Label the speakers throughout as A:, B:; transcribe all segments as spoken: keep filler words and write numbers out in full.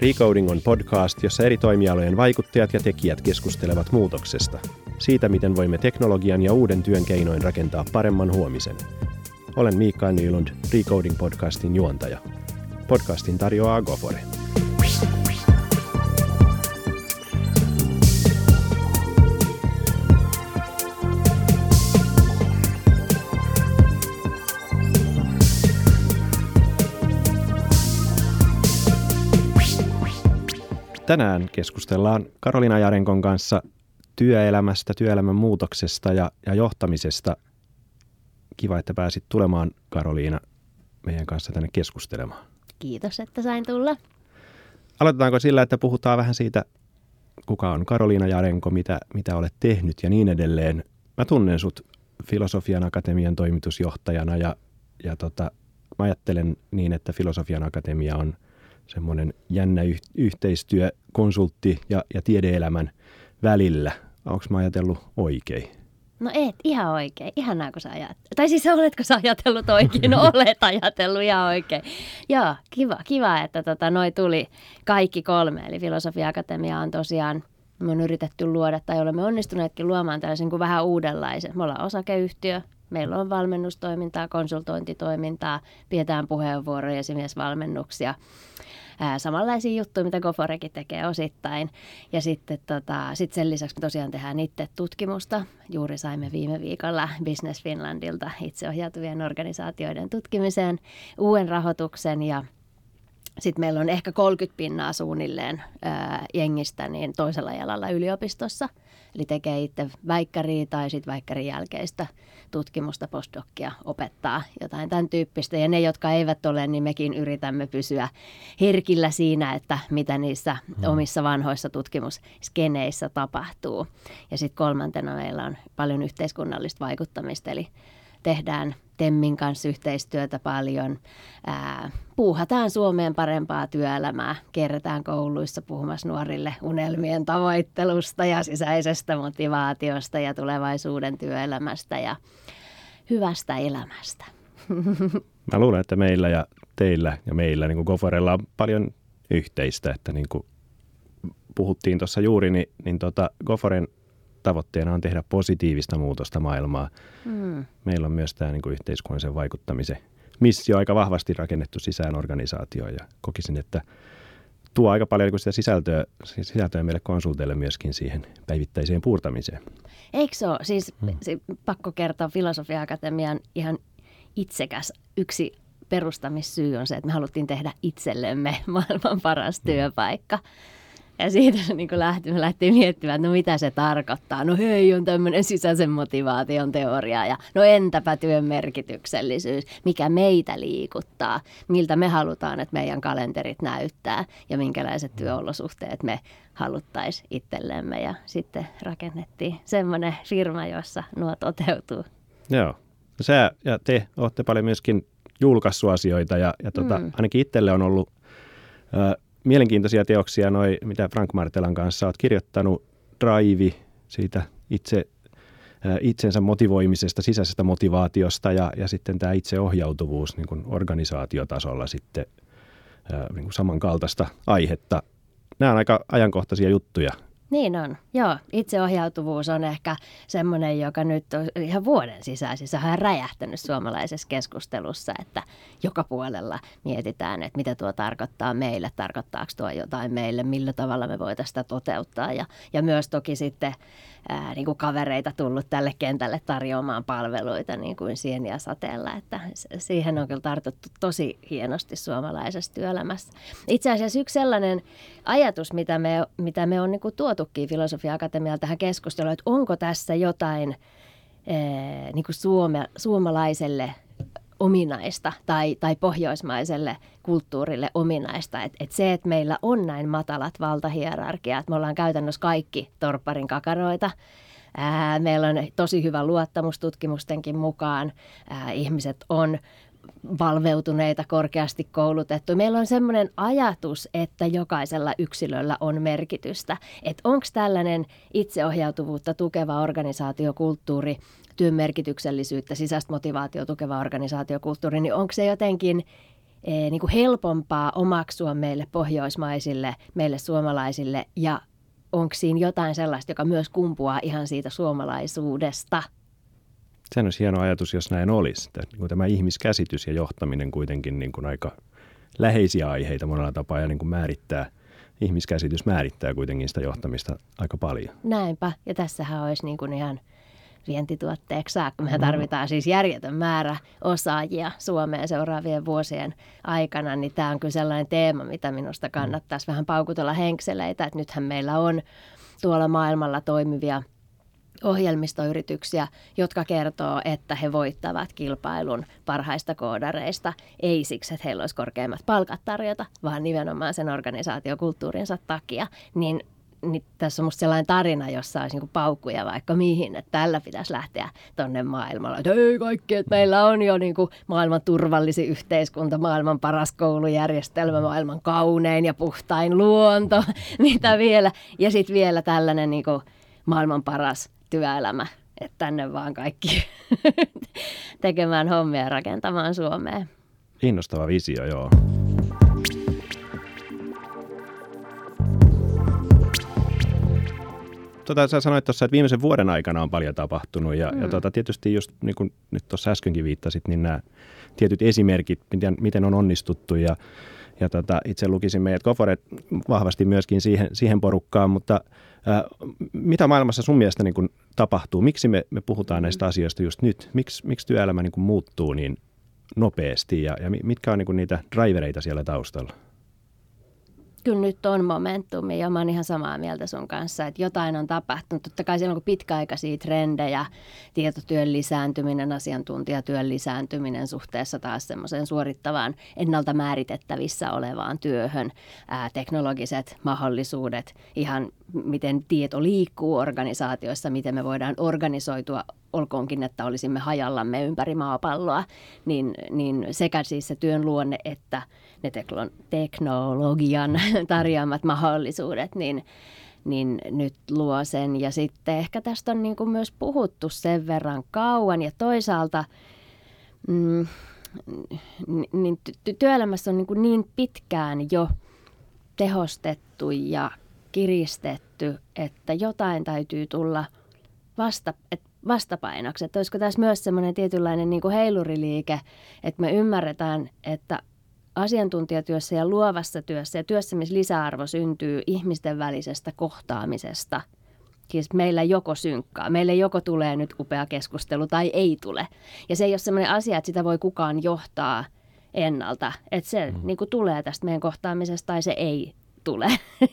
A: Recoding on podcast, jossa eri toimialojen vaikuttajat ja tekijät keskustelevat muutoksesta. Siitä, miten voimme teknologian ja uuden työn keinoin rakentaa paremman huomisen. Olen Mikael Nylund, Recoding podcastin juontaja. Podcastin tarjoaa Gofore. Tänään keskustellaan Karoliina Jarenkon kanssa työelämästä, työelämän muutoksesta ja, ja johtamisesta. Kiva, että pääsit tulemaan, Karoliina, meidän kanssa tänne keskustelemaan.
B: Kiitos, että sain tulla.
A: Aloitetaanko sillä, että puhutaan vähän siitä, kuka on Karoliina Jarenko, mitä, mitä olet tehnyt ja niin edelleen. Mä tunnen sut Filosofian Akatemian toimitusjohtajana ja, ja tota, mä ajattelen niin, että Filosofian Akatemia on semmoinen jännä yh- yhteistyö konsultti- ja, ja tiedeelämän välillä. Onko mä ajatellut oikein?
B: No et, ihan oikein. Ihanaa, kun sä ajat... Tai siis oletko sä ajatellut oikein? No olet ajatellut ihan oikein. Joo, kiva, kiva että tota, noi tuli kaikki kolme. Eli Filosofia Akatemia on tosiaan, me on yritetty luoda, tai olemme onnistuneetkin luomaan tällaisen kuin vähän uudenlaisen. Me ollaan osakeyhtiö. Meillä on valmennustoimintaa, konsultointitoimintaa, pidetään puheenvuoroja, esimiesvalmennuksia. Ää, samanlaisia juttuja, mitä Goforekin tekee osittain. Ja sitten tota, sit sen lisäksi me tosiaan tehdään itse tutkimusta. Juuri saimme viime viikolla Business Finlandilta itseohjautuvien organisaatioiden tutkimiseen uuden rahoituksen. Ja sitten meillä on ehkä kolmekymmentä pinnaa suunnilleen ää, jengistä niin toisella jalalla yliopistossa. Eli tekee itse väikkäriä tai sitten väikkärin jälkeistä tutkimusta, postdocia, opettaa jotain tämän tyyppistä. Ja ne, jotka eivät ole, niin mekin yritämme pysyä herkillä siinä, että mitä niissä hmm. omissa vanhoissa tutkimusskeneissä tapahtuu. Ja sitten kolmantena meillä on paljon yhteiskunnallista vaikuttamista, eli tehdään TEMin kanssa yhteistyötä paljon, ää, puuhataan Suomeen parempaa työelämää, kierretään kouluissa puhumassa nuorille unelmien tavoittelusta ja sisäisestä motivaatiosta ja tulevaisuuden työelämästä ja hyvästä elämästä.
A: Mä luulen, että meillä ja teillä ja meillä niin kuin Goforella on paljon yhteistä, että niin kuin puhuttiin tuossa juuri, niin, niin tota Goforen tavoitteena on tehdä positiivista muutosta maailmaa. Mm. Meillä on myös tämä niin kuin yhteiskunnallisen vaikuttamisen missio aika vahvasti rakennettu sisään organisaatioon ja kokisin, että tuo aika paljon niin sitä sisältöä, sisältöä meille konsulteille myöskin siihen päivittäiseen puurtamiseen.
B: Eikö se ole? Siis hmm. pakko kertoa Filosofia Akatemian ihan itsekäs yksi perustamissyy on se, että me haluttiin tehdä itsellemme maailman paras hmm. työpaikka. Ja siitä niin kun lähti, me lähtiin miettimään, että no mitä se tarkoittaa. No hei, on tämmöinen sisäisen motivaation teoria ja no entäpä työn merkityksellisyys, mikä meitä liikuttaa, miltä me halutaan, että meidän kalenterit näyttää ja minkälaiset työolosuhteet me haluttaisiin itsellemme. Ja sitten rakennettiin semmoinen firma, jossa nuo toteutuu.
A: Joo, sä ja te olette paljon myöskin julkaissut asioita ja, ja tota, mm. ainakin itselle on ollut... Äh, Mielenkiintoisia teoksia, noi, mitä Frank Martelan kanssa olet kirjoittanut, Drive, siitä itse, ää, itsensä motivoimisesta, sisäisestä motivaatiosta ja, ja sitten tämä itseohjautuvuus niin kuin organisaatiotasolla sitten ää, niin kuin samankaltaista aihetta. Nämä on aika ajankohtaisia juttuja.
B: Niin on. Joo, itseohjautuvuus on ehkä semmoinen, joka nyt on ihan vuoden sisäisissä ihan räjähtänyt suomalaisessa keskustelussa, että joka puolella mietitään, että mitä tuo tarkoittaa meille, tarkoittaako tuo jotain meille, millä tavalla me voitaisiin sitä toteuttaa. Ja, ja myös toki sitten ää, niin kuin kavereita tullut tälle kentälle tarjoamaan palveluita niin kuin sieniä sateella, että siihen on kyllä tartuttu tosi hienosti suomalaisessa työelämässä. Itse asiassa yksi sellainen ajatus, mitä me, mitä me on niin kuin tuotu Filosofia Akatemialta tähän keskusteluun, että onko tässä jotain ee, niin kuin suome, suomalaiselle ominaista tai, tai pohjoismaiselle kulttuurille ominaista. Että et se, että meillä on näin matalat valtahierarkiat, me ollaan käytännössä kaikki torpparin kakaroita. Ää, meillä on tosi hyvä luottamus tutkimustenkin mukaan. Ää, ihmiset on valveutuneita, korkeasti koulutettu. Meillä on semmoinen ajatus, että jokaisella yksilöllä on merkitystä. Että onko tällainen itseohjautuvuutta tukeva organisaatiokulttuuri, työn merkityksellisyyttä, sisäistä motivaatiota tukeva organisaatiokulttuuri, niin onko se jotenkin e, niin kuin helpompaa omaksua meille pohjoismaisille, meille suomalaisille ja onko siinä jotain sellaista, joka myös kumpuaa ihan siitä suomalaisuudesta?
A: Sehän olisi hieno ajatus, jos näin olisi. Niin tämä ihmiskäsitys ja johtaminen kuitenkin niin kuin aika läheisiä aiheita monella tapaa ja niin kuin määrittää, ihmiskäsitys määrittää kuitenkin sitä johtamista aika paljon.
B: Näinpä. Ja tässähän olisi niin kuin ihan vientituotteeksi saakka. Mehän tarvitaan siis järjetön määrä osaajia Suomeen seuraavien vuosien aikana, niin tämä on kyllä sellainen teema, mitä minusta kannattaisi vähän paukutella henkseleitä, että nythän meillä on tuolla maailmalla toimivia ohjelmistoyrityksiä, jotka kertoo, että he voittavat kilpailun parhaista koodareista, ei siksi, että heillä olisi korkeimmat palkat tarjota, vaan nimenomaan sen organisaatiokulttuurinsa takia, niin niin tässä on musta sellainen tarina, jossa olisi niinku paukkuja vaikka mihin, että tällä pitäisi lähteä tonne maailmalle. Että ei kaikki, että meillä on jo niinku maailman turvallisin yhteiskunta, maailman paras koulujärjestelmä, maailman kaunein ja puhtain luonto, mitä vielä. Ja sitten vielä tällainen niinku maailman paras työelämä, että tänne vaan kaikki tekemään hommia ja rakentamaan Suomea.
A: Innostava visio, joo. Tota, sä sanoit tuossa, että viimeisen vuoden aikana on paljon tapahtunut ja, mm. ja tota, tietysti just niin kuin nyt tuossa äskenkin viittasit, niin nämä tietyt esimerkit, miten, miten on onnistuttu ja, ja tota, itse lukisin meidät Gofore vahvasti myöskin siihen, siihen porukkaan, mutta ää, mitä maailmassa sun mielestä niin kuin tapahtuu? Miksi me, me puhutaan näistä asioista just nyt? Miks, miksi työelämä niin kuin muuttuu niin nopeasti ja, ja mitkä on niin kuin niitä drivereita siellä taustalla?
B: Kyllä nyt on momentumi ja mä oon ihan samaa mieltä sun kanssa, että jotain on tapahtunut. Totta kai siellä on pitkäaikaisia trendejä, tietotyön lisääntyminen, asiantuntijatyön lisääntyminen suhteessa taas semmoiseen suorittavaan ennalta määritettävissä olevaan työhön, ää, teknologiset mahdollisuudet, ihan miten tieto liikkuu organisaatioissa, miten me voidaan organisoitua, olkoonkin, että olisimme hajallamme ympäri maapalloa, niin, niin sekä siis se työn luonne että ne teknologian tarjoamat mahdollisuudet, niin, niin nyt luo sen. Ja sitten ehkä tästä on niin kuin myös puhuttu sen verran kauan ja toisaalta mm, niin työelämässä on niin, kuin niin pitkään jo tehostettu ja kiristetty, että jotain täytyy tulla vasta, vastapainoksi. Että olisiko tässä myös semmoinen tietynlainen niin kuin heiluriliike, että me ymmärretään, että asiantuntijatyössä ja luovassa työssä ja työssä, missä lisäarvo syntyy ihmisten välisestä kohtaamisesta. Siis meillä joko synkkaa, meille joko tulee nyt upea keskustelu tai ei tule. Ja se ei ole semmoinen asia, että sitä voi kukaan johtaa ennalta. Että se mm. niin kuin tulee tästä meidän kohtaamisesta tai se ei tule.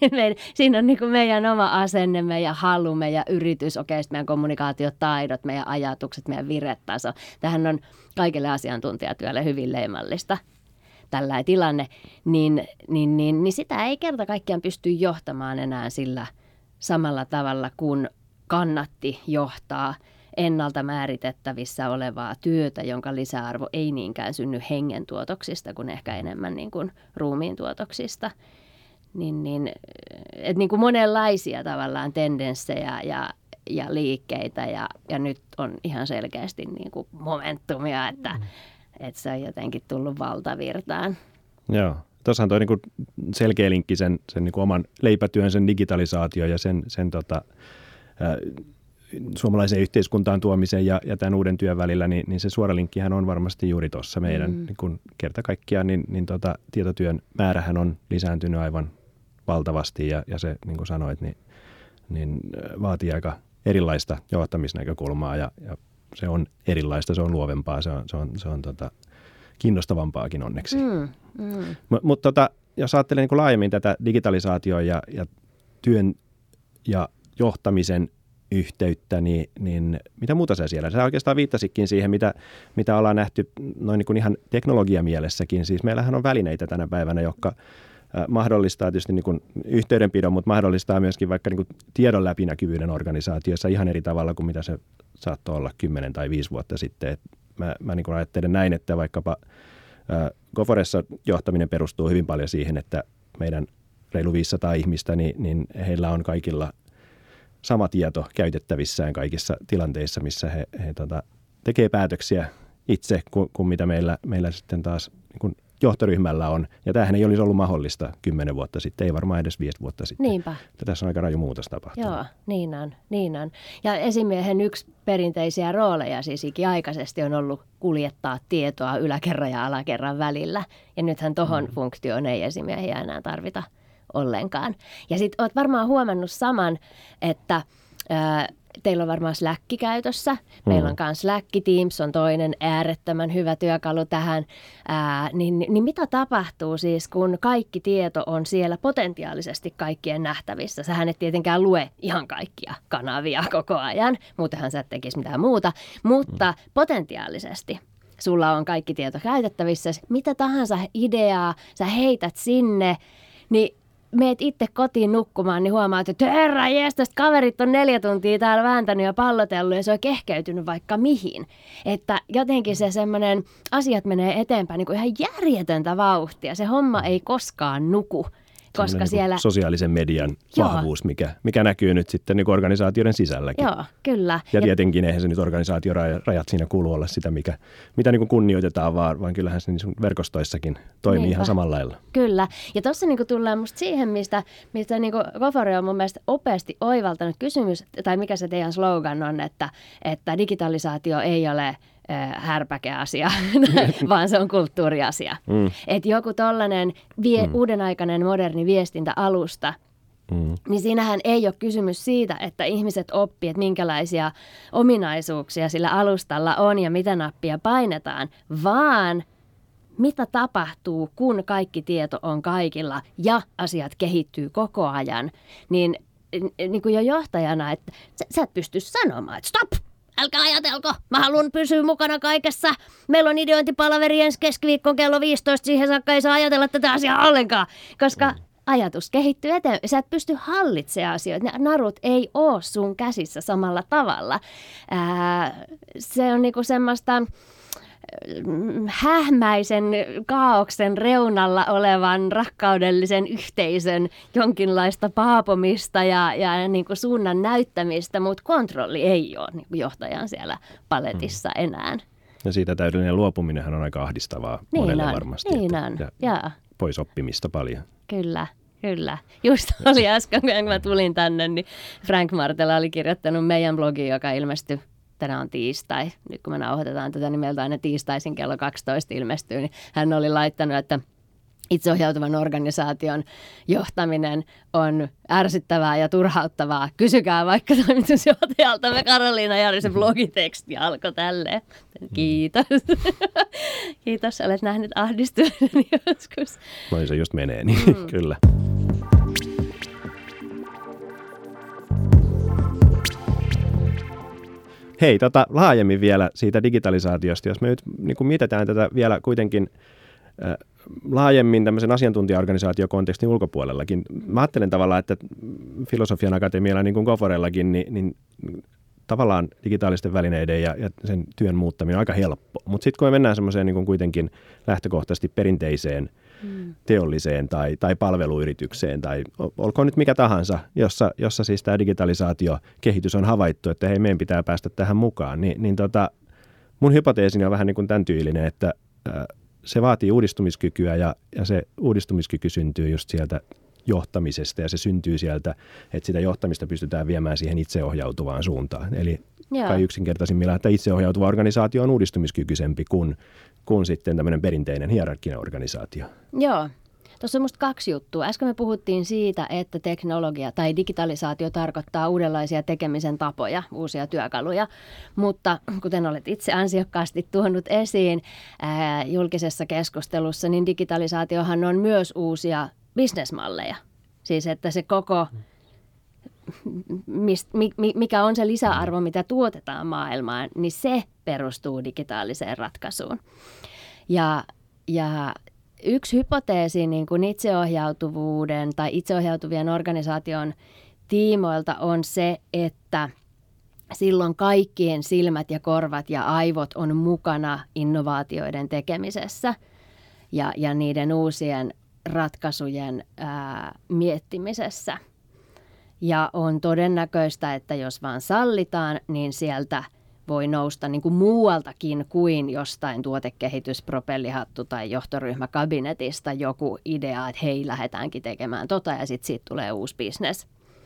B: Siinä on niin kuin meidän oma asenne, meidän halu, meidän yritys, okei, meidän kommunikaatiotaidot, meidän ajatukset, meidän viretaso. Tähän on kaikille asiantuntijatyölle hyvin leimallista tällainen tilanne, niin, niin, niin, niin sitä ei kerta kaikkiaan pysty johtamaan enää sillä samalla tavalla, kun kannatti johtaa ennalta määritettävissä olevaa työtä, jonka lisäarvo ei niinkään synny hengen tuotoksista, kuin ehkä enemmän niin kuin ruumiin tuotoksista. Niin, niin, et niin kuin monenlaisia tavallaan tendenssejä ja, ja liikkeitä ja, ja nyt on ihan selkeästi niin kuin momentumia, että mm. että se on jotenkin tullut valtavirtaan. Joo.
A: Tuossahan toi niinku selkeä linkki sen, sen niinku oman leipätyön, sen digitalisaatio ja sen, sen tota, ä, suomalaiseen yhteiskuntaan tuomisen ja, ja tämän uuden työn välillä, niin, niin se suora linkkihän on varmasti juuri tuossa meidän mm. niin kerta kaikkiaan, niin, niin tota, tietotyön määrähän on lisääntynyt aivan valtavasti ja, ja se, niin kuin sanoit, niin, niin vaatii aika erilaista johtamisnäkökulmaa ja, ja se on erilaista, se on luovempaa, se on, se on, se on tota, kiinnostavampaakin onneksi. Mm, mm. Mutta mut, tota, jos ajattelee niin kuin laajemmin tätä digitalisaatioa ja, ja työn ja johtamisen yhteyttä, niin, niin mitä muuta sä siellä? Sä oikeastaan viittasikin siihen, mitä, mitä ollaan nähty noin niin kuin ihan teknologiamielessäkin. Siis meillähän on välineitä tänä päivänä, jotka mahdollistaa tietysti niin kuin yhteydenpidon, mutta mahdollistaa myöskin vaikka niin kuin tiedon läpinäkyvyyden organisaatiossa ihan eri tavalla kuin mitä se saattoi olla kymmenen tai viisi vuotta sitten. Et mä mä niin kuin ajattelen näin, että vaikkapa ää, Goforessa johtaminen perustuu hyvin paljon siihen, että meidän reilu viisisataa ihmistä, niin, niin heillä on kaikilla sama tieto käytettävissään kaikissa tilanteissa, missä he, he tota, tekee päätöksiä itse, kuin, kuin mitä meillä, meillä sitten taas niin kuin johtoryhmällä on. Ja tämähän ei olisi ollut mahdollista kymmenen vuotta sitten, ei varmaan edes viisi vuotta sitten.
B: Niinpä.
A: Ja tässä on aika raju muutos tapahtunut.
B: Joo, niin on, niin on. Ja esimiehen yksi perinteisiä rooleja siis ikiaikaisesti on ollut kuljettaa tietoa yläkerran ja alakerran välillä. Ja nythän tohon mm. funktioon ei esimiehiä enää tarvita ollenkaan. Ja sitten olet varmaan huomannut saman, että ää, teillä on varmaan Slack käytössä. Meillä on myös Slack, Teams on toinen äärettömän hyvä työkalu tähän. Ää, niin, niin mitä tapahtuu siis, kun kaikki tieto on siellä potentiaalisesti kaikkien nähtävissä? Sähän et tietenkään lue ihan kaikkia kanavia koko ajan, muutenhan sä et tekisi mitään muuta, mutta mm. potentiaalisesti sulla on kaikki tieto käytettävissä. Mitä tahansa ideaa sä heität sinne, niin meet itse kotiin nukkumaan, niin huomaat, että herra jestas, kaverit on neljä tuntia täällä vääntänyt ja pallotellut ja se on kehkeytynyt vaikka mihin. Että jotenkin se semmoinen, asiat menee eteenpäin niin kuin ihan järjetöntä vauhtia. Se homma ei koskaan nuku. Koska siellä
A: niin sosiaalisen median
B: Joo.
A: vahvuus, mikä, mikä näkyy nyt sitten niin organisaatioiden sisälläkin.
B: Joo, kyllä.
A: Ja tietenkin eihän se nyt organisaatiorajat siinä kuulu olla sitä, mikä, mitä niin kuin kunnioitetaan, vaan, vaan kyllähän se niin verkostoissakin toimii Niinpä. Ihan samalla lailla.
B: Kyllä. Ja tuossa niin tullaan musta siihen, mistä, mistä niin Gofore on mun mielestä opeasti oivaltanut kysymys, tai mikä se teidän slogan on, että, että digitalisaatio ei ole härpäkeasia, vaan se on kulttuuriasia. Mm. Että joku tollainen vie, mm. uudenaikainen moderni viestintäalusta, mm. niin siinähän ei ole kysymys siitä, että ihmiset oppii, että minkälaisia ominaisuuksia sillä alustalla on ja mitä nappia painetaan, vaan mitä tapahtuu, kun kaikki tieto on kaikilla ja asiat kehittyy koko ajan, niin, niin kuin jo johtajana, että sä, sä et pysty sanomaan, että stop! Älkää ajatelko, mä haluan pysyä mukana kaikessa. Meillä on ideointipalaveri ensi keskiviikkoon kello viisitoista, siihen saakka ei saa ajatella tätä asiaa ollenkaan, koska ajatus kehittyy eteen. Sä et pysty hallitsemaan asioita. Ne narut ei ole sun käsissä samalla tavalla. Ää, se on niinku semmoista hähmäisen kaaoksen reunalla olevan rakkaudellisen yhteisön jonkinlaista paapomista ja, ja niin kuin suunnan näyttämistä, mutta kontrolli ei ole niin kuin johtajan siellä paletissa enää.
A: Ja siitä täydellinen luopuminenhan on aika ahdistavaa
B: niin
A: monelle
B: on,
A: varmasti.
B: Niin
A: että,
B: on,
A: ja
B: ja.
A: Pois oppimista paljon.
B: Kyllä. Kyllä. Just oli äsken, kun mä tulin tänne, niin Frank Martela oli kirjoittanut meidän blogiin, joka ilmestyi. Tänään on tiistai. Nyt kun me nauhoitetaan tätä, niin meiltä aina tiistaisin kello kaksitoista ilmestyy, niin hän oli laittanut, että itseohjautuvan organisaation johtaminen on ärsyttävää ja turhauttavaa. Kysykää vaikka toimitusjohtajalta. Me Karoliina Jari, se blogiteksti alkoi tälleen. Kiitos. Kiitos, olet nähnyt ahdistuneeni joskus.
A: Noin se just menee, niin mm. kyllä. Hei, tota, laajemmin vielä siitä digitalisaatiosta, jos me nyt niin kuin mietitään tätä vielä kuitenkin äh, laajemmin tämmöisen asiantuntijaorganisaatiokontekstin ulkopuolellakin. Mä ajattelen tavallaan, että Filosofian Akatemialla niin kuin Goforellakin, niin, niin tavallaan digitaalisten välineiden ja, ja sen työn muuttaminen on aika helppo. Mutta sitten kun me mennään semmoiseen niin kuin kuitenkin lähtökohtaisesti perinteiseen mm. teolliseen tai, tai palveluyritykseen tai olkoon nyt mikä tahansa, jossa, jossa siis tämä digitalisaatiokehitys on havaittu, että hei, meidän pitää päästä tähän mukaan, niin, niin tota, mun hypoteesini on vähän niin kuin tämän tyylinen, että äh, se vaatii uudistumiskykyä ja, ja se uudistumiskyky syntyy just sieltä johtamisesta ja se syntyy sieltä, että sitä johtamista pystytään viemään siihen itseohjautuvaan suuntaan. Eli Joo. kai yksinkertaisimmillaan, että itseohjautuva organisaatio on uudistumiskykyisempi kuin, kuin sitten tämmöinen perinteinen hierarkkinen organisaatio.
B: Joo. Tuossa on musta kaksi juttua. Äsken me puhuttiin siitä, että teknologia tai digitalisaatio tarkoittaa uudenlaisia tekemisen tapoja, uusia työkaluja, mutta kuten olet itse ansiokkaasti tuonut esiin ää, julkisessa keskustelussa, niin digitalisaatiohan on myös uusia bisnesmalleja. Siis että se koko, mikä on se lisäarvo, mitä tuotetaan maailmaan, niin se perustuu digitaaliseen ratkaisuun. Ja, ja yksi hypoteesi niin kuin itseohjautuvuuden tai itseohjautuvien organisaation tiimoilta on se, että silloin kaikkien silmät ja korvat ja aivot on mukana innovaatioiden tekemisessä ja, ja niiden uusien ratkaisujen ää, miettimisessä. Ja on todennäköistä, että jos vaan sallitaan, niin sieltä voi nousta niin kuin muualtakin kuin jostain tuotekehityspropellihattu tai johtoryhmäkabinetista joku idea, että hei, lähdetäänkin tekemään tota ja sitten siitä tulee uusi bisnes.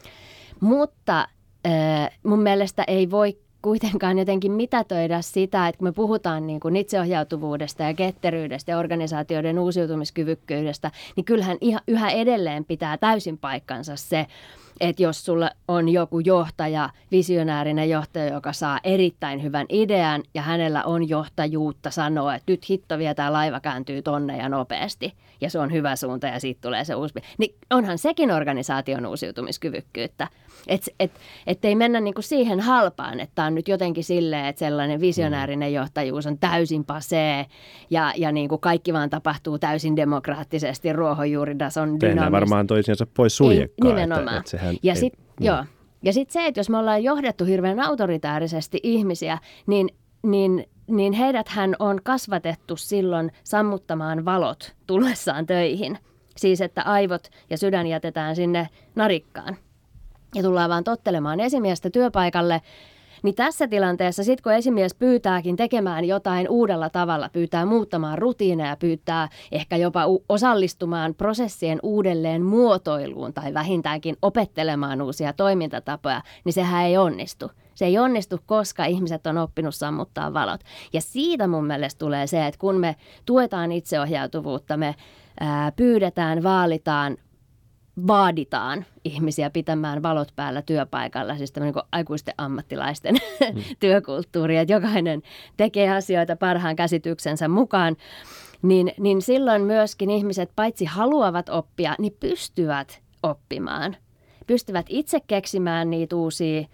B: Mutta äh, mun mielestä ei voi kuitenkaan jotenkin mitätöidä sitä, että kun me puhutaan niin kuin itseohjautuvuudesta ja ketteryydestä ja organisaatioiden uusiutumiskyvykkyydestä, niin kyllähän yhä edelleen pitää täysin paikkansa se, että jos sulla on joku johtaja, visionäärinen johtaja, joka saa erittäin hyvän idean ja hänellä on johtajuutta sanoa, että nyt hitto vie, tämä laiva kääntyy tonne ja nopeasti ja se on hyvä suunta ja siitä tulee se uusi, niin onhan sekin organisaation uusiutumiskyvykkyyttä. Että et, et ei mennä niinku siihen halpaan, että on nyt jotenkin silleen, että sellainen visionäärinen johtajuus on täysin pasee ja, ja niinku kaikki vaan tapahtuu täysin demokraattisesti, ruohonjuuritason dynaamista.
A: Tehdään varmaan toisiinsa pois suljekaan.
B: Nimenomaan.
A: Että, että
B: ja sitten joo. Ja sit se, että jos me ollaan johdettu hirveän autoritäärisesti ihmisiä, niin, niin, niin heidäthän on kasvatettu silloin sammuttamaan valot tullessaan töihin. Siis, että aivot ja sydän jätetään sinne narikkaan. Ja tullaan vaan tottelemaan esimiestä työpaikalle, niin tässä tilanteessa sitten kun esimies pyytääkin tekemään jotain uudella tavalla, pyytää muuttamaan rutiineja, pyytää ehkä jopa osallistumaan prosessien uudelleen muotoiluun tai vähintäänkin opettelemaan uusia toimintatapoja, niin sehän ei onnistu. Se ei onnistu, koska ihmiset on oppinut sammuttaa valot. Ja siitä mun mielestä tulee se, että kun me tuetaan itseohjautuvuutta, me ää, pyydetään, vaalitaan, vaaditaan ihmisiä pitämään valot päällä työpaikalla, siis tämmöinen niin aikuisten ammattilaisten mm. työkulttuuri, että jokainen tekee asioita parhaan käsityksensä mukaan, niin, niin silloin myöskin ihmiset paitsi haluavat oppia, niin pystyvät oppimaan. Pystyvät itse keksimään niitä uusia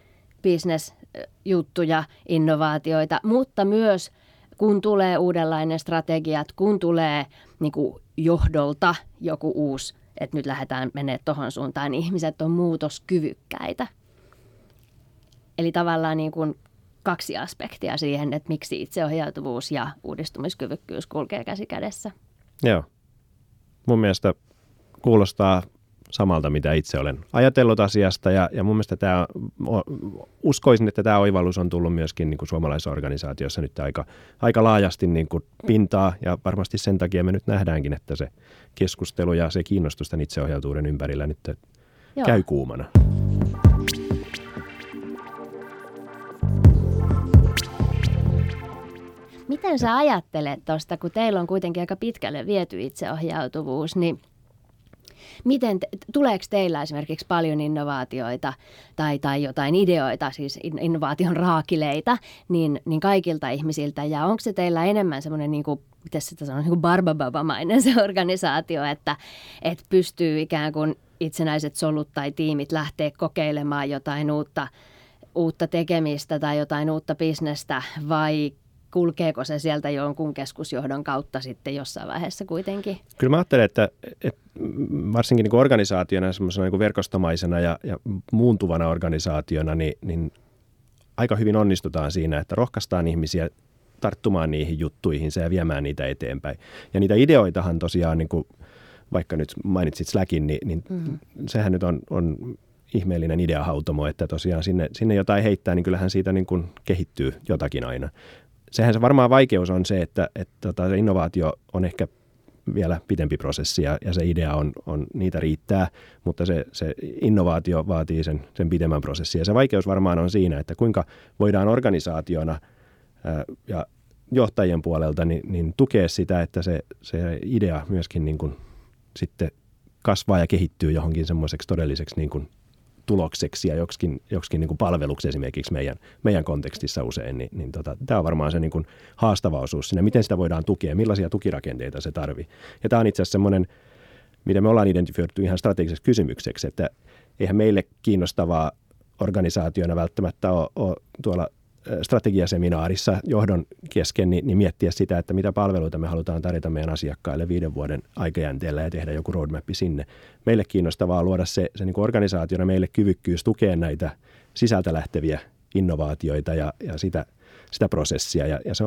B: bisnesjuttuja, innovaatioita, mutta myös kun tulee uudenlainen strategia, kun tulee niin kuin johdolta joku uusi, että nyt lähdetään menemään tuohon suuntaan, niin ihmiset on muutoskyvykkäitä. Eli tavallaan niin kuin kaksi aspektia siihen, että miksi itseohjautuvuus ja uudistumiskyvykkyys kulkee käsi kädessä.
A: Joo. Mun mielestä kuulostaa samalta, mitä itse olen ajatellut asiasta, ja, ja mun mielestä tämä, uskoisin, että tämä oivallus on tullut myöskin niin kuin suomalaisessa organisaatiossa nyt aika, aika laajasti niin kuin pintaa, ja varmasti sen takia me nyt nähdäänkin, että se keskustelu ja se kiinnostus tämän itseohjautuvuuden ympärillä nyt Joo. käy kuumana.
B: Miten sä ajattelet tuosta, kun teillä on kuitenkin aika pitkälle viety itseohjautuvuus, niin miten, tuleeko teillä esimerkiksi paljon innovaatioita tai, tai jotain ideoita, siis innovaation raakileita, niin, niin kaikilta ihmisiltä, ja onko se teillä enemmän semmoinen, niin kuin, miten sitä sanoo, niin kuin barbababamainen se organisaatio, että, että pystyy ikään kuin itsenäiset solut tai tiimit lähteä kokeilemaan jotain uutta, uutta tekemistä tai jotain uutta bisnestä, vai kulkeeko se sieltä jonkun keskusjohdon kautta sitten jossain vaiheessa kuitenkin?
A: Kyllä mä ajattelen, että, että varsinkin niin kuin organisaationa, semmoisena niin kuin verkostomaisena ja, ja muuntuvana organisaationa, niin, niin aika hyvin onnistutaan siinä, että rohkaistaan ihmisiä tarttumaan niihin juttuihin ja viemään niitä eteenpäin. Ja niitä ideoitahan tosiaan, niin kuin vaikka nyt mainitsit Slackin, niin, niin mm. sehän nyt on, on ihmeellinen ideahautomo, että tosiaan sinne, sinne jotain heittää, niin kyllähän siitä niin kuin kehittyy jotakin aina. Sehän se varmaan vaikeus on se, että, että, että se innovaatio on ehkä vielä pitempi prosessi ja, ja se idea on, on, niitä riittää, mutta se, se innovaatio vaatii sen, sen pitemmän prosessin. Ja se vaikeus varmaan on siinä, että kuinka voidaan organisaationa ää, ja johtajien puolelta niin, niin tukea sitä, että se, se idea myöskin niin kuin sitten kasvaa ja kehittyy johonkin semmoiseksi todelliseksi niin kuin tulokseksi ja joksikin, joksikin niin kuin palveluksi esimerkiksi meidän, meidän kontekstissa usein, niin, niin tota, tämä on varmaan se niin kuin haastava osuus siinä, miten sitä voidaan tukea, millaisia tukirakenteita se tarvii. Ja tämä on itse asiassa semmoinen, mitä me ollaan identifioitu ihan strategiseksi kysymykseksi, että eihän meille kiinnostavaa organisaationa välttämättä ole, ole tuolla strategiaseminaarissa johdon kesken niin, niin miettiä sitä, että mitä palveluita me halutaan tarjota meidän asiakkaille viiden vuoden aikajänteellä ja tehdä joku roadmappi sinne. Meille kiinnostavaa luoda se, se niin kuin organisaationa meille kyvykkyys tukea näitä sisältä lähteviä innovaatioita ja, ja sitä, sitä prosessia. Ja, ja se on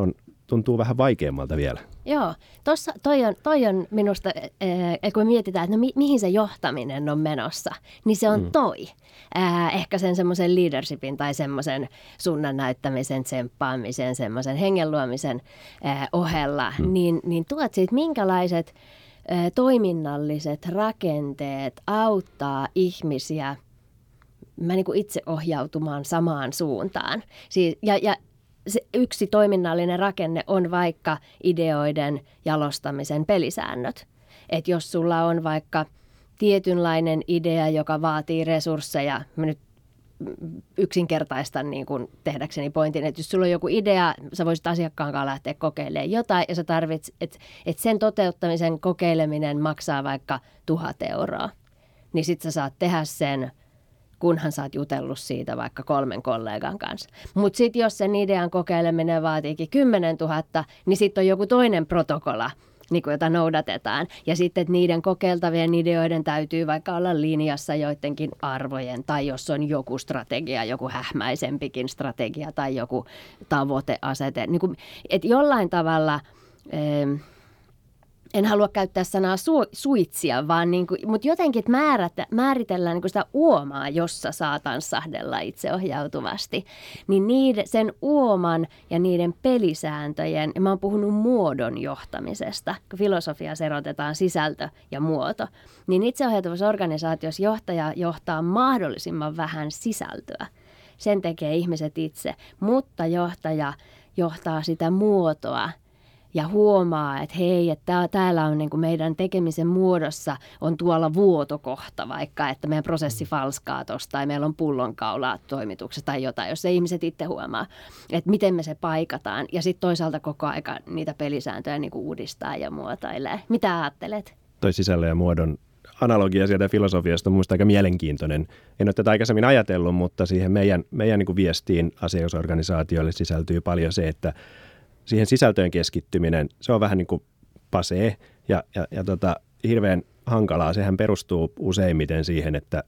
A: tuntuu vähän vaikeammalta vielä.
B: Joo, tossa, toi, on, toi on minusta, äh, kun mietitään, että no mi, mihin se johtaminen on menossa, niin se on mm. toi. Äh, ehkä sen semmoisen leadershipin tai semmoisen suunnan näyttämisen, tsemppaamisen, semmoisen hengenluomisen äh, ohella, mm. niin, niin tuot siitä minkälaiset äh, toiminnalliset rakenteet auttaa ihmisiä mä niin kuin itse ohjautumaan samaan suuntaan. Siis, ja, ja se yksi toiminnallinen rakenne on vaikka ideoiden jalostamisen pelisäännöt. Että jos sulla on vaikka tietynlainen idea, joka vaatii resursseja, mä nyt yksinkertaistan niin kuin tehdäkseni pointin, että jos sulla on joku idea, sä voisit asiakkaan kanssa lähteä kokeilemaan jotain ja sä tarvitset, että, että sen toteuttamisen kokeileminen maksaa vaikka tuhat euroa, niin sit sä saat tehdä sen, kunhan sä oot jutellut siitä vaikka kolmen kollegan kanssa. Mutta sitten jos sen idean kokeileminen vaatiikin kymmenen tuhatta, niin sitten on joku toinen protokolla, niin kuin jota noudatetaan. Ja sitten, että niiden kokeiltavien ideoiden täytyy vaikka olla linjassa joidenkin arvojen, tai jos on joku strategia, joku hähmäisempikin strategia tai joku tavoiteasete. Niin kuin, että jollain tavalla... En halua käyttää sanaa su, suitsia, vaan niin kuin, mutta jotenkin määrätä, määritellään niin kuin sitä uomaa, jossa saa tanssahdella itseohjautuvasti. Niin niiden, sen uoman ja niiden pelisääntöjen, ja mä oon puhunut muodon johtamisesta, kun filosofiassa erotetaan sisältö ja muoto, niin itseohjautuvassa organisaatiossa johtaja johtaa mahdollisimman vähän sisältöä. Sen tekee ihmiset itse, mutta johtaja johtaa sitä muotoa. Ja huomaa, että hei, että täällä on niin kuin meidän tekemisen muodossa on tuolla vuotokohta vaikka, että meidän prosessi falskaa tuosta tai meillä on pullonkaulaa toimituksessa tai jotain, jos ei ihmiset itse huomaa, että miten me se paikataan. Ja sitten toisaalta koko aika niitä pelisääntöjä niin kuin uudistaa ja muotoilee. Mitä ajattelet?
A: Toi sisällön ja muodon analogia sieltä filosofiasta on minusta aika mielenkiintoinen. En ole tätä aikaisemmin ajatellut, mutta siihen meidän, meidän niin kuin viestiin asiakasorganisaatioille sisältyy paljon se, että siihen sisältöön keskittyminen, se on vähän niin kuin pasee ja, ja, ja tota, hirveän hankalaa. Sehän perustuu useimmiten siihen, että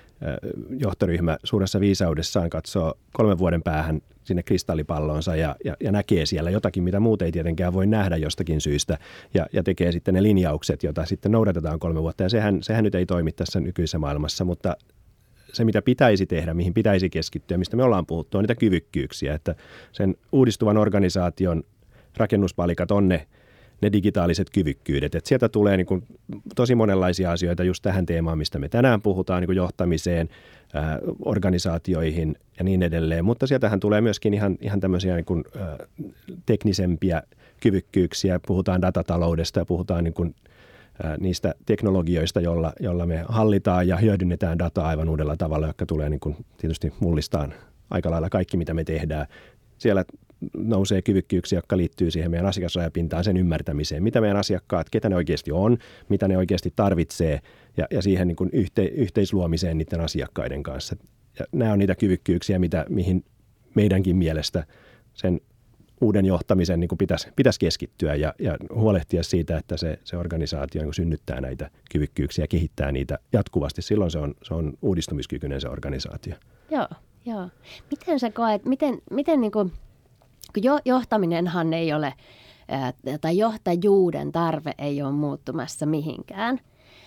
A: johtoryhmä suuressa viisaudessaan katsoo kolmen vuoden päähän sinne kristallipalloonsa ja, ja, ja näkee siellä jotakin, mitä muut ei tietenkään voi nähdä jostakin syystä ja, ja tekee sitten ne linjaukset, joita sitten noudatetaan kolme vuotta. Ja sehän, sehän nyt ei toimi tässä nykyisessä maailmassa, mutta se, mitä pitäisi tehdä, mihin pitäisi keskittyä, mistä me ollaan puhuttu, on niitä kyvykkyyksiä, että sen uudistuvan organisaation rakennuspalikat on ne, ne digitaaliset kyvykkyydet. Että sieltä tulee niin kuin tosi monenlaisia asioita just tähän teemaan, mistä me tänään puhutaan, niin kuin johtamiseen, ää, organisaatioihin ja niin edelleen. Mutta sieltähän tulee myöskin ihan, ihan tämmöisiä niin kuin, ää, teknisempiä kyvykkyyksiä. Puhutaan datataloudesta ja puhutaan niin kuin niistä teknologioista, jolla, jolla me hallitaan ja hyödynnetään dataa aivan uudella tavalla, joka tulee niin kuin tietysti mullistaan aika lailla kaikki, mitä me tehdään. Siellä nousee kyvykkyyksiä, jotka liittyy siihen meidän asiakasrajapintaan, sen ymmärtämiseen, mitä meidän asiakkaat, ketä ne oikeasti on, mitä ne oikeasti tarvitsee ja, ja siihen niin kuin yhte, yhteisluomiseen niiden asiakkaiden kanssa. Ja nämä on niitä kyvykkyyksiä, mitä, mihin meidänkin mielestä sen uuden johtamisen niin kuin pitäisi, pitäisi keskittyä ja, ja huolehtia siitä, että se, se organisaatio niin kuin synnyttää näitä kyvykkyyksiä ja kehittää niitä jatkuvasti. Silloin se on, se on uudistumiskykyinen se organisaatio.
B: Joo, joo. Miten sä koet, miten, miten niin kuin, jo, johtaminenhan ei ole, ää, tai johtajuuden tarve ei ole muuttumassa mihinkään.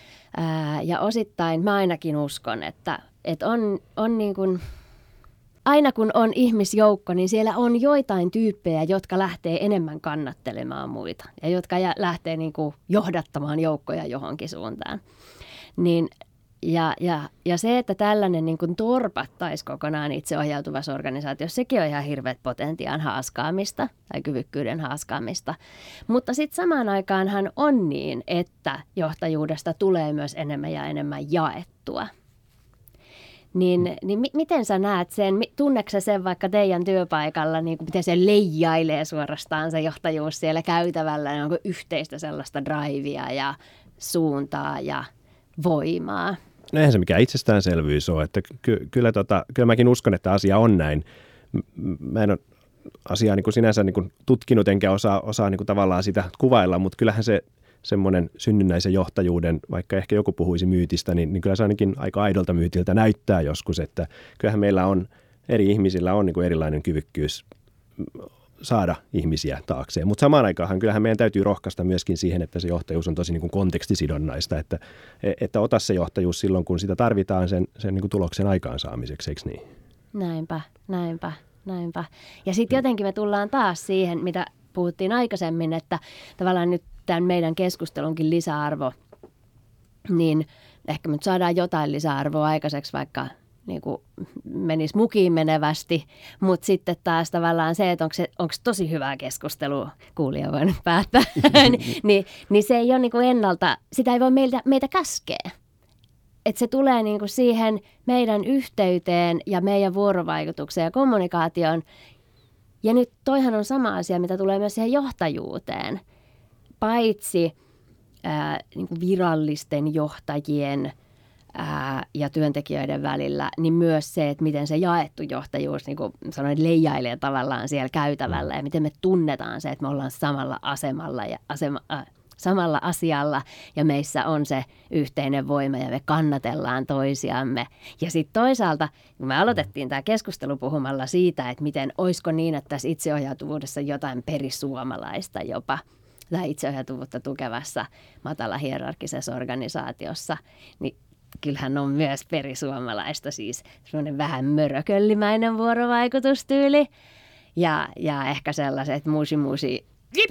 B: Ää, ja osittain mä ainakin uskon, että, että on, on niin kuin... Aina kun on ihmisjoukko, niin siellä on joitain tyyppejä, jotka lähtee enemmän kannattelemaan muita ja jotka lähtee niin kuin johdattamaan joukkoja johonkin suuntaan. Niin, ja, ja, ja se, että tällainen niin kuin torpattaisi kokonaan itseohjautuvassa organisaatiossa, sekin on ihan hirveät potentiaan haaskaamista tai kyvykkyyden haaskaamista. Mutta sitten samaan aikaanhan on niin, että johtajuudesta tulee myös enemmän ja enemmän jaettua. Niin, niin mi- miten sä näet sen, tunneeko sä sen vaikka teidän työpaikalla, niin kuin miten se leijailee suorastaan se johtajuus siellä käytävällä, niin onko yhteistä sellaista drivea ja suuntaa ja voimaa?
A: No eihän se mikään itsestäänselvyys ole, että ky- kyllä, tota, kyllä mäkin uskon, että asia on näin. Mä en ole asiaa niin kuin sinänsä niin kuin tutkinut enkä osaa, osaa niin kuin tavallaan sitä kuvailla, mutta kyllähän se semmoinen synnynnäisen johtajuuden, vaikka ehkä joku puhuisi myytistä, niin, niin kyllä se ainakin aika aidolta myytiltä näyttää joskus, että kyllähän meillä on, eri ihmisillä on niin kuin erilainen kyvykkyys saada ihmisiä taakseen. Mutta samaan aikaan kyllähän meidän täytyy rohkaista myöskin siihen, että se johtajuus on tosi niin kuin kontekstisidonnaista, että, että ota se johtajuus silloin, kun sitä tarvitaan sen, sen niin kuin tuloksen aikaansaamiseksi, eikö niin?
B: Näinpä, näinpä, näinpä. Ja sitten jotenkin me tullaan taas siihen, mitä puhuttiin aikaisemmin, että tavallaan nyt tämän meidän keskustelunkin lisäarvo, niin ehkä me nyt saadaan jotain lisäarvoa aikaiseksi, vaikka niin kuin menisi mukiin menevästi, mutta sitten taas tavallaan se, että onko se onko tosi hyvää keskustelua, kuulija voi nyt päättää, niin, niin se ei ole niin kuin ennalta, sitä ei voi meiltä, meitä käskeä. Että se tulee niin kuin siihen meidän yhteyteen ja meidän vuorovaikutukseen ja kommunikaatioon. Ja nyt toihan on sama asia, mitä tulee myös siihen johtajuuteen. Paitsi ää, niin kuin virallisten johtajien ää, ja työntekijöiden välillä, niin myös se, että miten se jaettu johtajuus, niin kuin sanoin, leijailee tavallaan siellä käytävällä ja miten me tunnetaan se, että me ollaan samalla asemalla ja asema, äh, samalla asialla ja meissä on se yhteinen voima ja me kannatellaan toisiamme. Ja sitten toisaalta, kun me aloitettiin tämä keskustelu puhumalla siitä, että miten olisiko niin, että tässä itseohjautuvuudessa jotain perisuomalaista jopa, tai itseohjautuvuutta tukevassa matalahierarkkisessa organisaatiossa, niin kyllähän on myös perisuomalaista, siis semmoinen vähän mörököllimäinen vuorovaikutustyyli ja, ja ehkä sellaiset muusi-muusi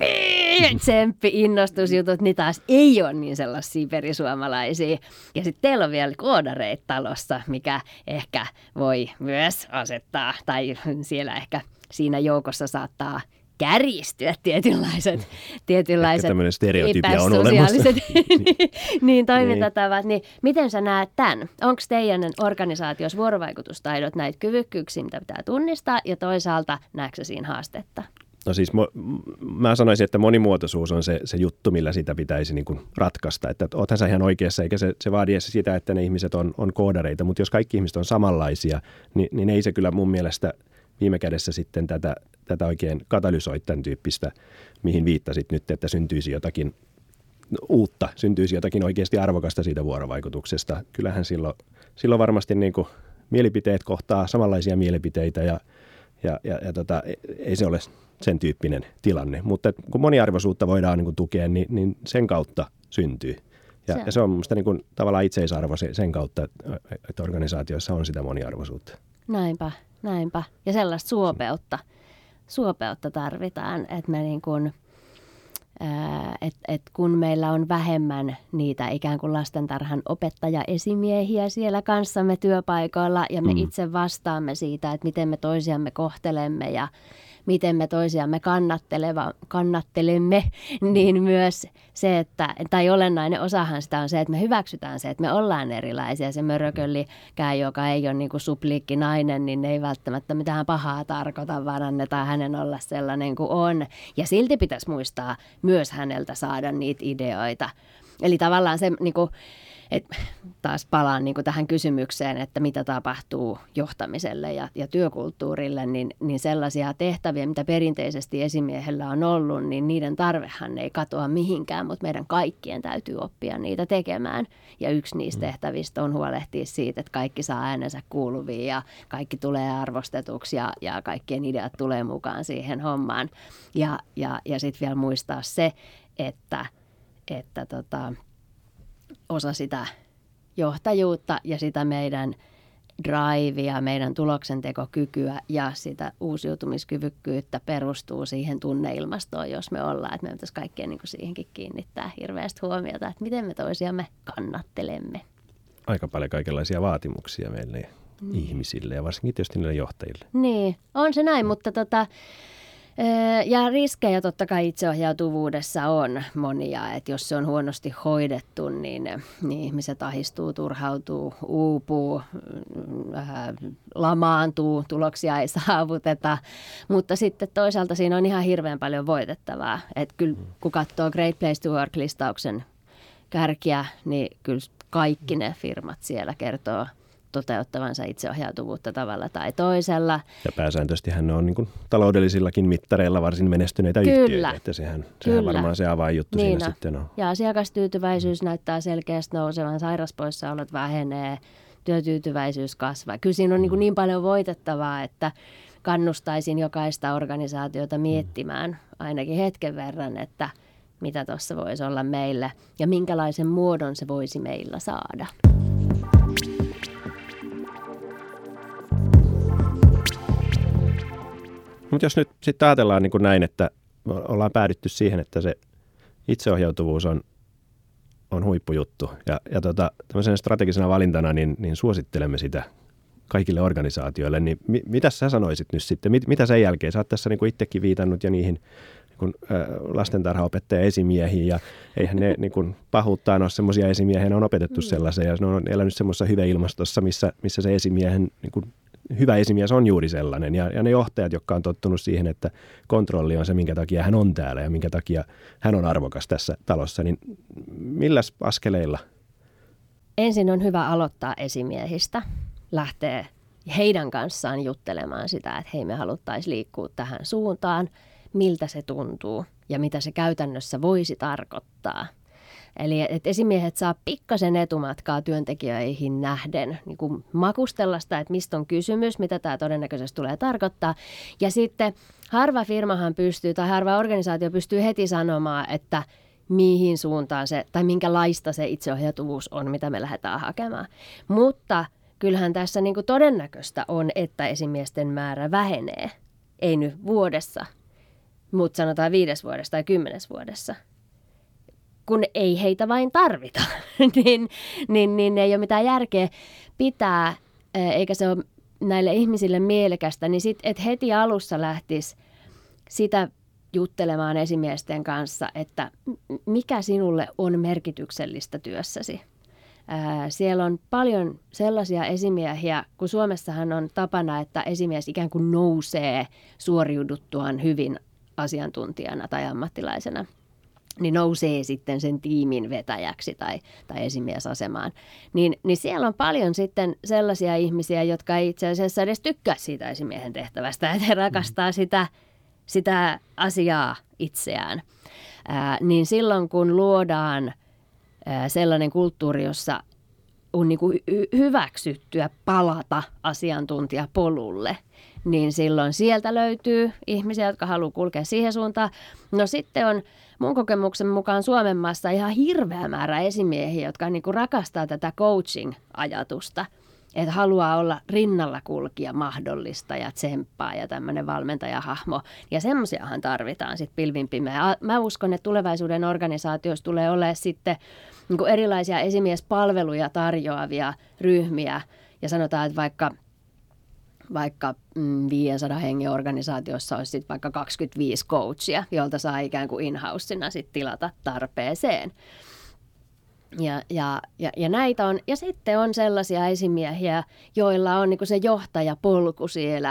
B: tsemppi, innostusjutut, niin taas ei ole niin sellaisia perisuomalaisia. Ja sitten teillä on vielä koodareita talossa, mikä ehkä voi myös asettaa, tai siellä ehkä siinä joukossa saattaa kärjistyä tietynlaiset, tietynlaiset epäsosiaaliset niin, niin toimintatavat. Niin, miten sä näet tämän? Onko teidän organisaatiossa vuorovaikutustaidot näitä kyvykkyyksiä, mitä pitää tunnistaa, ja toisaalta näetkö siinä haastetta?
A: No siis mo, mä sanoisin, että monimuotoisuus on se, se juttu, millä sitä pitäisi niin kuin ratkaista. Että oothan sä ihan oikeassa, eikä se, se vaadi sitä, että ne ihmiset on, on koodareita, mutta jos kaikki ihmiset on samanlaisia, niin, niin ei se kyllä mun mielestä viime kädessä sitten tätä, tätä oikein katalysoi tämän tyyppistä, mihin viittasit nyt, että syntyisi jotakin uutta, syntyisi jotakin oikeasti arvokasta siitä vuorovaikutuksesta. Kyllähän silloin, silloin varmasti niin kuin mielipiteet kohtaa samanlaisia mielipiteitä ja, ja, ja, ja tota, ei se ole sen tyyppinen tilanne. Mutta kun moniarvoisuutta voidaan niin kuin tukea, niin, niin sen kautta syntyy. Ja se, ja se on minusta niin kuin tavallaan itseisarvo sen kautta, että organisaatioissa on sitä moniarvoisuutta.
B: Näinpä, näinpä. Ja sellaista suopeutta. Suopeutta tarvitaan, että me niin kuin, et, et kun meillä on vähemmän niitä ikään kuin lastentarhan opettajaesimiehiä siellä kanssamme työpaikoilla ja me mm. itse vastaamme siitä, että miten me toisiamme kohtelemme ja miten me toisiamme kannattelemme, niin myös se, että, tai olennainen osahan sitä on se, että me hyväksytään se, että me ollaan erilaisia. Se mörököllikään, joka ei ole niin kuin supliikki nainen, niin ei välttämättä mitään pahaa tarkoita, vaan annetaan hänen olla sellainen kuin on. Ja silti pitäisi muistaa myös häneltä saada niitä ideoita. Eli tavallaan se niin kuin, et taas palaan niin kuin tähän kysymykseen, että mitä tapahtuu johtamiselle ja, ja työkulttuurille, niin, niin sellaisia tehtäviä, mitä perinteisesti esimiehellä on ollut, niin niiden tarvehan ei katoa mihinkään, mutta meidän kaikkien täytyy oppia niitä tekemään. Ja yksi niistä tehtävistä on huolehtia siitä, että kaikki saa äänensä kuuluviin ja kaikki tulee arvostetuksi ja, ja kaikkien ideat tulee mukaan siihen hommaan. Ja, ja, ja sitten vielä muistaa se, että, että tota, osa sitä johtajuutta ja sitä meidän drivea, meidän tuloksentekokykyä ja sitä uusiutumiskyvykkyyttä perustuu siihen tunneilmastoon, jos me ollaan. Että me pitäisi kaikkeen niin kuin siihenkin kiinnittää hirveästi huomiota, että miten me toisiamme kannattelemme.
A: Aika paljon kaikenlaisia vaatimuksia meille mm. ihmisille ja varsinkin tietysti niille johtajille.
B: Niin, on se näin, mutta tota... Ja riskejä totta kai itseohjautuvuudessa on monia, että jos se on huonosti hoidettu, niin, niin ihmiset ahistuu, turhautuu, uupuu, äh, lamaantuu, tuloksia ei saavuteta. Mutta sitten toisaalta siinä on ihan hirveän paljon voitettavaa. Että kyllä kun katsoo Great Place to Work-listauksen kärkiä, niin kyllä kaikki ne firmat siellä kertoo toteuttavansa itseohjautuvuutta tavalla tai toisella.
A: Ja pääsääntöisesti hän on niin kuin taloudellisillakin mittareilla varsin menestyneitä
B: Kyllä.
A: yhtiöitä, että sehän, sehän varmaan se avainjuttu
B: niin
A: siinä
B: on.
A: sitten on.
B: Ja asiakastyytyväisyys mm. näyttää selkeästi nousevan, sairauspoissaolot vähenee, työtyytyväisyys kasvaa. Kyllä siinä on mm. niin, kuin niin paljon voitettavaa, että, kannustaisin jokaista organisaatiota miettimään ainakin hetken verran, että mitä tuossa voisi olla meille ja minkälaisen muodon se voisi meillä saada.
A: Mutta jos nyt sitten ajatellaan niin kuin näin, että ollaan päädytty siihen, että se itseohjautuvuus on, on huippujuttu ja, ja tota, tämmöisenä strategisena valintana niin, niin suosittelemme sitä kaikille organisaatioille, niin mi, mitä sä sanoisit nyt sitten, mit, mitä sen jälkeen? Sä oot tässä niin kuin itsekin viitannut jo niihin niin kuin, ä, lastentarhaopettaja esimiehiin ja eihän ne niin kuin, pahuuttaan ole semmoisia esimiehiä, ne on opetettu mm. sellaisia ja ne on elänyt semmoisessa hyveilmastossa, missä, missä se esimiehen niin kuin, hyvä esimies on juuri sellainen ja, ja ne johtajat, jotka on tottunut siihen, että kontrolli on se, minkä takia hän on täällä ja minkä takia hän on arvokas tässä talossa, niin milläs askeleilla?
B: Ensin on hyvä aloittaa esimiehistä, lähtee heidän kanssaan juttelemaan sitä, että hei, me haluttaisiin liikkua tähän suuntaan, miltä se tuntuu ja mitä se käytännössä voisi tarkoittaa. Eli että esimiehet saa pikkasen etumatkaa työntekijöihin nähden, niin kuin makustella sitä, että mistä on kysymys, mitä tämä todennäköisesti tulee tarkoittaa. Ja sitten harva firmahan pystyy tai harva organisaatio pystyy heti sanomaan, että mihin suuntaan se tai minkälaista se itseohjautuvuus on, mitä me lähdetään hakemaan. Mutta kyllähän tässä niin kuin todennäköistä on, että esimiesten määrä vähenee. Ei nyt vuodessa, mutta sanotaan viides vuodessa tai kymmenes vuodessa. Kun ei heitä vain tarvita, niin, niin, niin ei ole mitään järkeä pitää, eikä se ole näille ihmisille mielekästä, niin sitten, että heti alussa lähtisi sitä juttelemaan esimiesten kanssa, että mikä sinulle on merkityksellistä työssäsi. Ää, siellä on paljon sellaisia esimiehiä, kun Suomessahan on tapana, että esimies ikään kuin nousee suoriuduttuaan hyvin asiantuntijana tai ammattilaisena, niin nousee sitten sen tiimin vetäjäksi tai, tai esimiesasemaan. Niin, niin siellä on paljon sitten sellaisia ihmisiä, jotka ei itse asiassa edes tykkää siitä esimiehen tehtävästä, että he rakastaa sitä, sitä asiaa itseään. Ää, niin silloin kun luodaan ää, sellainen kulttuuri, jossa on niin kuin hyväksyttyä palata asiantuntijapolulle, niin silloin sieltä löytyy ihmisiä, jotka haluaa kulkea siihen suuntaan. No sitten on mun kokemuksen mukaan Suomen maassa ihan hirveä määrä esimiehiä, jotka niin kuin rakastaa tätä coaching-ajatusta, että haluaa olla rinnalla kulkija, mahdollista ja tsemppaa ja tämmöinen valmentajahahmo. Ja semmoisiahan tarvitaan sitten pilvin pimeä. Mä uskon, että tulevaisuuden organisaatioissa tulee olemaan sitten niin kuin erilaisia esimiespalveluja tarjoavia ryhmiä. Ja sanotaan, että vaikka vaikka mm, viisisataa hengen organisaatiossa olisi sit vaikka kaksikymmentäviisi coachia, jolta saa ikään kuin in-housena sit tilata tarpeeseen. Ja, ja, ja, ja näitä on. Ja sitten on sellaisia esimiehiä, joilla on niin kuin se johtajapolku siellä,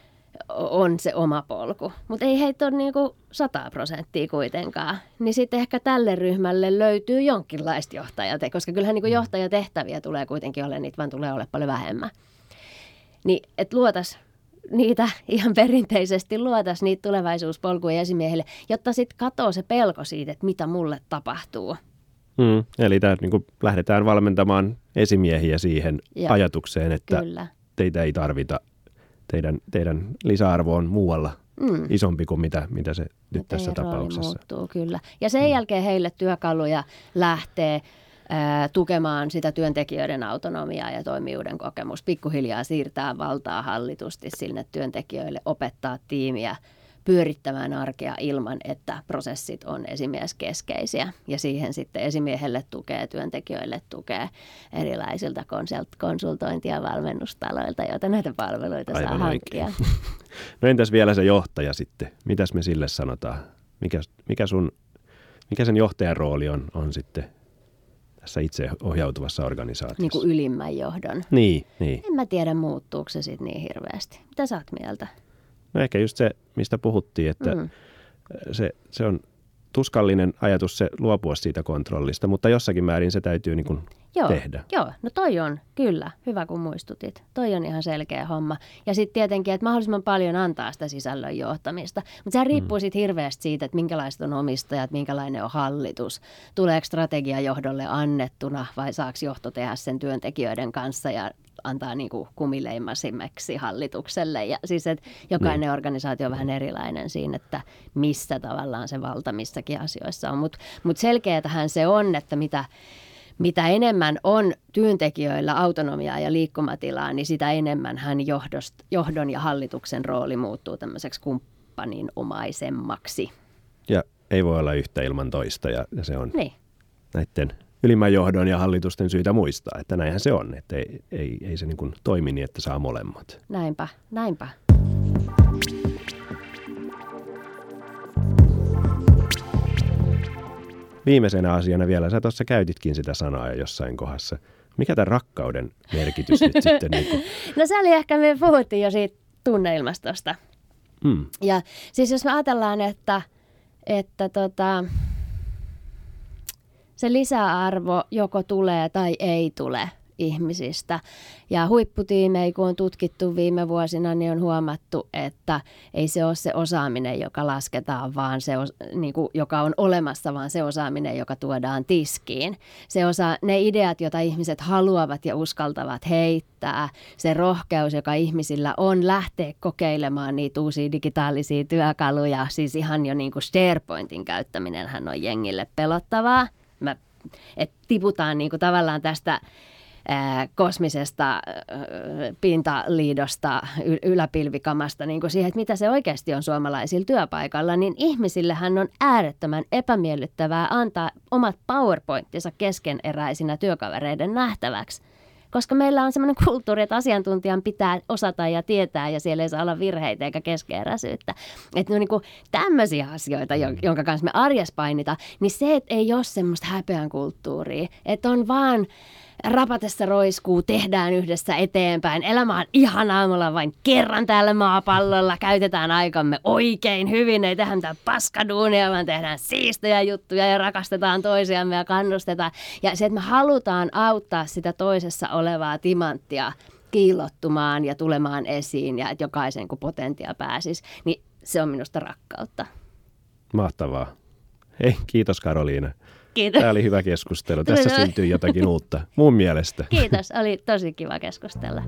B: on se oma polku. Mutta ei heitä ole niin kuin sata prosenttia kuitenkaan. Niin sitten ehkä tälle ryhmälle löytyy jonkinlaista johtajatehtäviä, koska kyllähän niin kuin johtajatehtäviä tulee kuitenkin olemaan, niitä vaan tulee olemaan paljon vähemmän. Niin, että luotaisiin niitä ihan perinteisesti, luotaisiin niitä tulevaisuuspolkuja esimiehille, jotta sitten katoo se pelko siitä, että mitä mulle tapahtuu.
A: Mm, eli tää, niin kuin lähdetään valmentamaan esimiehiä siihen Joo, ajatukseen, että kyllä. teitä ei tarvita, teidän, teidän lisäarvo on muualla mm. isompi kuin mitä, mitä se nyt ja tässä tapauksessa.
B: Muuttuu, kyllä. Ja sen mm. jälkeen heille työkaluja lähtee tukemaan sitä työntekijöiden autonomiaa ja toimijuuden kokemusta. Pikkuhiljaa siirtää valtaa hallitusti sinne työntekijöille, opettaa tiimiä pyörittämään arkea ilman, että prosessit on esimieskeskeisiä. Ja siihen sitten esimiehelle tukee, työntekijöille tukee erilaisilta konsultointi- ja valmennustaloilta, joita näitä palveluita Aivan saa hankkia.
A: No entäs vielä se johtaja sitten? Mitäs me sille sanotaan? Mikä, mikä, sun, mikä sen johtajan rooli on, on sitten tässä itse ohjautuvassa organisaatiossa?
B: Niin kuin ylimmän johdon.
A: Niin, niin.
B: En mä tiedä, muuttuuko se sitten niin hirveästi. Mitä sä oot mieltä?
A: No ehkä just se, mistä puhuttiin, että mm. se, se on tuskallinen ajatus se luopua siitä kontrollista, mutta jossakin määrin se täytyy niin kuin
B: joo,
A: tehdä.
B: Joo, no toi on kyllä, hyvä kun muistutit. Toi on ihan selkeä homma. Ja sitten tietenkin, että mahdollisimman paljon antaa sitä sisällön johtamista. Mutta sehän riippuu mm. sitten hirveästi siitä, että minkälaiset on omistajat, minkälainen on hallitus. Tuleeko strategia johdolle annettuna vai saako johto tehdä sen työntekijöiden kanssa ja antaa niin kuin kumileimasimeksi hallitukselle. Ja siis, että jokainen niin. organisaatio on vähän erilainen siinä, että missä tavallaan se valta missäkin asioissa on. Mutta mut selkeätähän se on, että mitä, mitä enemmän on työntekijöillä autonomiaa ja liikkumatilaa, niin sitä enemmän hän johdost, johdon ja hallituksen rooli muuttuu tämmöiseksi kumppaninомaisemmaksi.
A: Ja ei voi olla yhtä ilman toista ja, ja se on
B: niin.
A: näiden ylimmän johdon ja hallitusten syytä muistaa, että näinhän se on, että ei, ei, ei se niin kuin toimi niin, että saa molemmat.
B: Näinpä, näinpä.
A: Viimeisenä asiana vielä, sä tuossa käytitkin sitä sanaa jo jossain kohdassa. Mikä tämän rakkauden merkitys nyt sitten? Niin kuin?
B: No se oli ehkä, me puhuttiin jo siitä tunneilmastosta.
A: Mm.
B: Ja siis jos me ajatellaan, että, että tota, se lisäarvo joko tulee tai ei tule ihmisistä. Ja huipputiimejä, kun on tutkittu viime vuosina, niin on huomattu, että ei se ole se osaaminen, joka lasketaan, vaan se, niin kuin, joka on olemassa, vaan se osaaminen, joka tuodaan tiskiin. Se osa, ne ideat, joita ihmiset haluavat ja uskaltavat heittää, se rohkeus, joka ihmisillä on lähteä kokeilemaan niitä uusia digitaalisia työkaluja, siis ihan jo niin kuin SharePointin käyttäminenhän on jengille pelottavaa. Mä, et tiputaan niin kuin tavallaan tästä kosmisesta pintaliidosta, yläpilvikamasta niin kuin siihen, että mitä se oikeasti on suomalaisilla työpaikalla, niin ihmisillehän on äärettömän epämiellyttävää antaa omat PowerPointtinsa keskeneräisinä työkavereiden nähtäväksi. Koska meillä on semmoinen kulttuuri, että asiantuntijan pitää osata ja tietää ja siellä ei saa olla virheitä eikä keskeeräisyyttä. Että no niin kuin tämmöisiä asioita, jonka kanssa me arjessa painitaan, niin se, että ei ole semmoista häpeän kulttuuria, että on vaan rapatessa roiskuu, tehdään yhdessä eteenpäin. Elämä on ihanaa, me ollaan vain kerran täällä maapallolla, käytetään aikamme oikein hyvin, ei tehdä mitään paskaduunia, vaan tehdään siistejä juttuja ja rakastetaan toisiamme ja kannustetaan. Ja se, että me halutaan auttaa sitä toisessa olevaa timanttia kiillottumaan ja tulemaan esiin ja että jokaisen kun potentia pääsisi, niin se on minusta rakkautta.
A: Mahtavaa. Hei, kiitos Karoliina.
B: Kiitos.
A: Tämä oli hyvä keskustelu. Tässä syntyi jotakin uutta mun mielestä.
B: Kiitos, oli tosi kiva keskustella.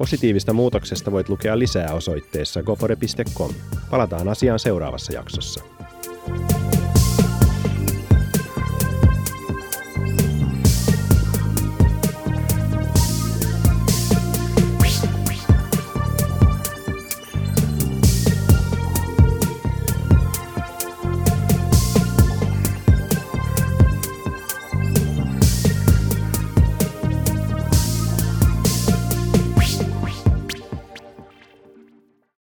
A: Positiivista muutoksesta voit lukea lisää osoitteessa gofore piste com. Palataan asiaan seuraavassa jaksossa.